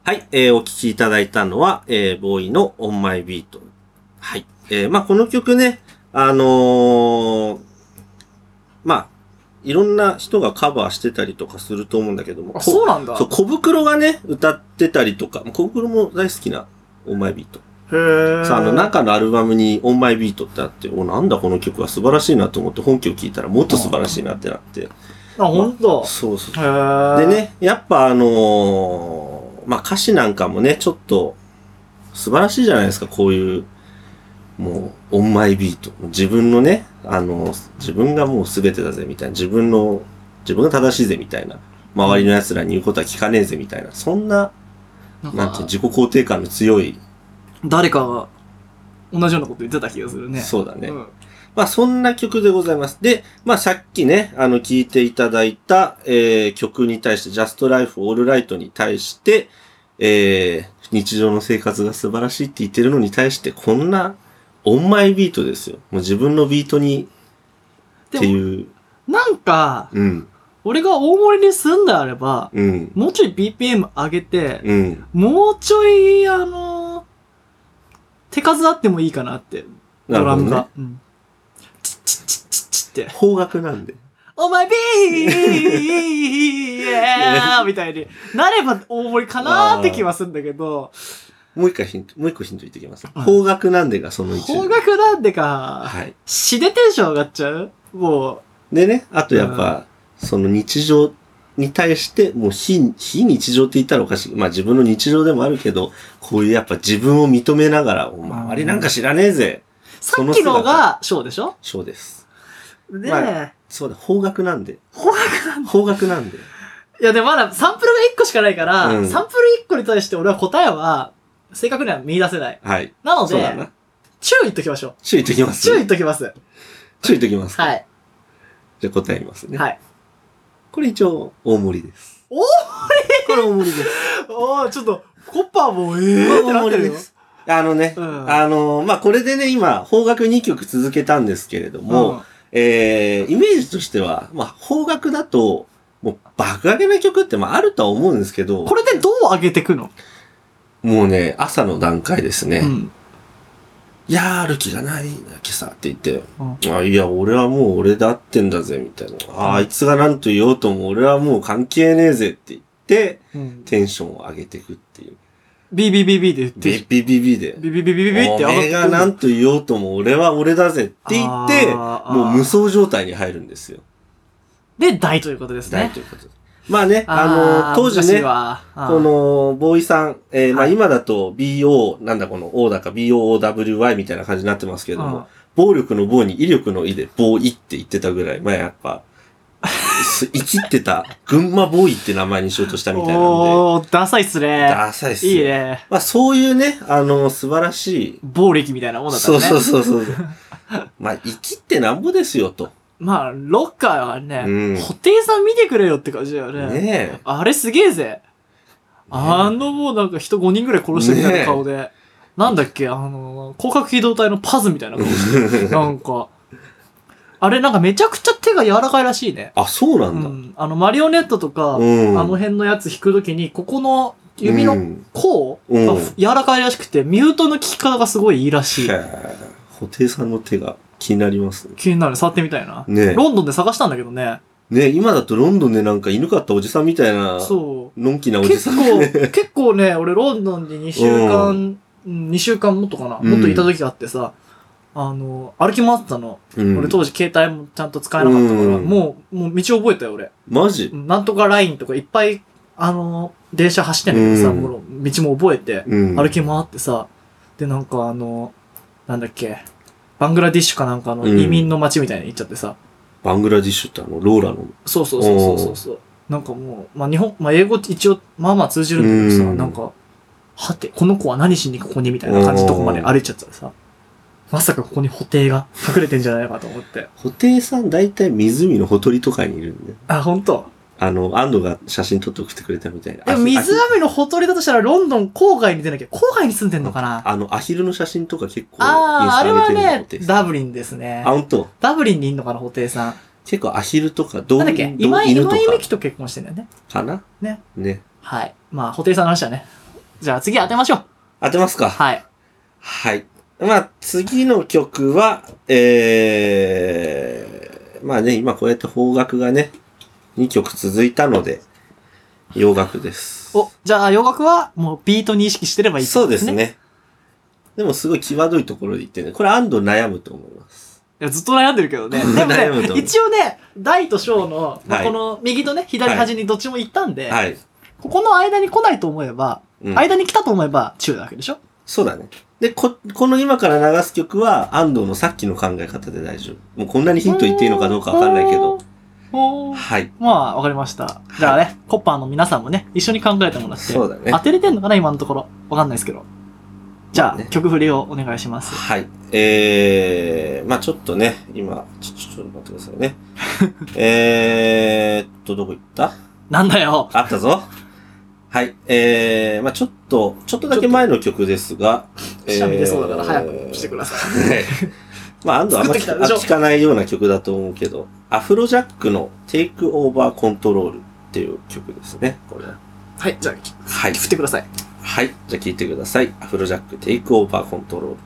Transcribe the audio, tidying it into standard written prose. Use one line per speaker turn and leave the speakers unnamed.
はい、お聴きいただいたのは、ボーイの On My Beat。はい。まあ、この曲ね、まあ、いろんな人がカバーしてたりとかすると思うんだけども。
あ、そうなんだ。
そう、小袋がね、歌ってたりとか、小袋も大好きな On My Beat。
へー。
さあ、中のアルバムに On My Beat ってあって、なんだこの曲は素晴らしいなと思って本家を聞いたらもっと素晴らしいなってなって。
あ、ほんと。
そうそう。
へー。
でね、やっぱまあ、歌詞なんかもね、ちょっと素晴らしいじゃないですか、こういう、もう、オンマイビート。自分のね、自分がもう全てだぜ、みたいな。自分が正しいぜ、みたいな。周りの奴らに言うことは聞かねえぜ、みたいな。そんな、なんて自己肯定感の強い。
誰かが同じようなこと言ってた気がするね。
そうだね。まあ、そんな曲でございます。で、まあ、さっきね、聴いていただいた、曲に対して、Just Life All Right に対して、日常の生活が素晴らしいって言ってるのに対して、こんな、オンマイビートですよ。もう自分のビートに、っていう。
なんか、
うん。
俺が大盛りにすんであれば、
うん。
もうちょい BPM 上げて、
うん。
もうちょい、手数あってもいいかなって。ドラムが。
ね、
うん。チッチッチッチッチッって。
邦楽なんで。
お前ビーみたいになれば大盛りかなーって気はするんだけど。
もう一個ヒント言ってきます。邦楽なんでがその1。
邦楽なんでか。
はい。
詩でテンション上がっちゃうも
う。でね、あとやっぱ、その日常に対して、もう非日常って言ったらおかしい。まあ自分の日常でもあるけど、こういうやっぱ自分を認めながら、お前あれなんか知らねえぜ。
さっきのがショーでしょ？
ショーです。
で、
まあ、そうだ、邦楽なんで。
邦楽なんで。いやでもまだサンプルが1個しかないから、サンプル1個に対して俺は答えは、正確には見出せない。
はい。
なので、注意言っときましょう。
注意言っときます。
注意言っときます。
注意言っときます。
はい。
じゃあ答えますね。
はい。
これ一応、大盛りです。
大盛り
これ大盛りです。
ちょっと、コッパーもってなってるよ。
まあ、これでね、今、邦楽2曲続けたんですけれども、イメージとしては、まあ、邦楽だと、もう爆上げな曲ってまああるとは思うんですけど。
これでどう上げてくの？
もうね、朝の段階ですね。やる気がないな、今朝って言って。いや、俺はもう俺で合ってんだぜ、みたいな。あいつが何と言おうとも俺はもう関係ねえぜって言って、テンションを上げていくっていう。
ビビビビで言って。
ビビビビで。
ビビビビビって
上がって。俺が何と言おうとも俺は俺だぜって言って、もう無双状態に入るんですよ。
で、大ということですね。
大ということです。まあね、当時ね、この、ボーイさん、まあ今だと BO、なんだこの O だか BOOWY みたいな感じになってますけれども、暴力の暴に威力の威でボーイって言ってたぐらい、まあやっぱ、生きってた、群馬ボーイって名前にしようとしたみたいなんで。
おー、ダサいっすね。
ダサいっすね。
いいね。
まあそういうね、素晴らしい。
暴力みたいなもんだったね。
そう。まあ生きってなんぼですよと。
まあ、ロッカーはね、布袋さん見てくれよって感じだよね。
ねえ。
あれすげえぜ。もうなんか人5人ぐらい殺してるみたいな顔で。なんだっけ、広角機動隊のパズみたいな顔してる。なんか。あれなんかめちゃくちゃ手が柔らかいらしいね。
あ、そうなんだ。
マリオネットとか、あの辺のやつ弾くときに、ここの指の甲が柔らかいらしくて、ミュートの効き方がすごいいいらしい。
布袋さんの手が気になりますね。
気になる。触ってみたいな。
ね、
ロンドンで探したんだけどね。
ね、今だとロンドンでなんか犬飼ったおじさんみたいな、のんきなおじさん、
結構ね、俺ロンドンに2週間もっとかな、もっといた時があってさ、歩き回ってたの。俺当時携帯もちゃんと使えなかったから、もう道覚えたよ俺。マジ？なんとかラインとかいっぱい、電車走ってんだけどさ、道も覚えて、歩き回ってさ、でなんかなんだっけ、バングラディッシュかなんか移民の街みたいに行っちゃってさ。
バングラディッシュってローラの。
そう。なんかもう、まあ英語一応、まあまあ通じるんだけどさ、なんか、はて、この子は何しにここにみたいな感じのとこまで歩いちゃってさ、まさかここに布袋が隠れてんじゃないかと思って。
布袋さん大体湖のほとりとかにいるんで。
あ、ほんと？
安藤が写真撮って送ってくれたみたいな。
でも湖のほとりだとしたらロンドン郊外に出なきゃ、郊外に住んでんのかな？
アヒルの写真とか結構
あれはね、ダブリンですね。
あ、ほんと？
ダブリンにいんのかな、布袋さん。
結構アヒルとか
なんだっけ、今井美樹と結婚してんだよね。
かな？
ね。はい。まあ、布袋さんの話はね、 じゃあ次当てましょう。
当てますか。
はい。
はい。まあ、次の曲は、まあね、今こうやって邦楽がね、2曲続いたので、洋楽です。
お、じゃあ洋楽はもうビートに意識してればいいって
そう
ことですね。
ですね。でもすごい際どいところで言ってね、これ安藤悩むと思います。
いや、ずっと悩んでるけどね。でもね、
悩むと思う
一応ね、大と小の、まあ
はい
この右とね、左端にどっちも行ったんで、
はい。
ここの間に来ないと思えば、
うん
間に来たと思えば中なわけでしょ。
そうだね。で、この今から流す曲は安藤のさっきの考え方で大丈夫。もうこんなにヒント言っていいのかどうかわかんないけど。はい。
まあ、わかりました。じゃあね、コッパーの皆さんもね、一緒に考えてもらって。
そうだね
当てれてんのかな今のところ。わかんないですけど。じゃあ、
まあね
曲振りをお願いします。
はい。まあちょっとね、今、ちょっと待ってくださいね。どこ行った？
なんだよ。
あったぞ。はい。まあちょっとだけ前の曲ですが、
くしゃみ出そうだから早くしてください。
はい。まあ安藤あんま
作ってきたでしょ
聞かないような曲だと思うけど、アフロジャックの Take Over Control っていう曲ですね、これ。
はい、じゃあ、
はい。
振ってください。
はい。じゃあ聴いてください。アフロジャック Take Over Control。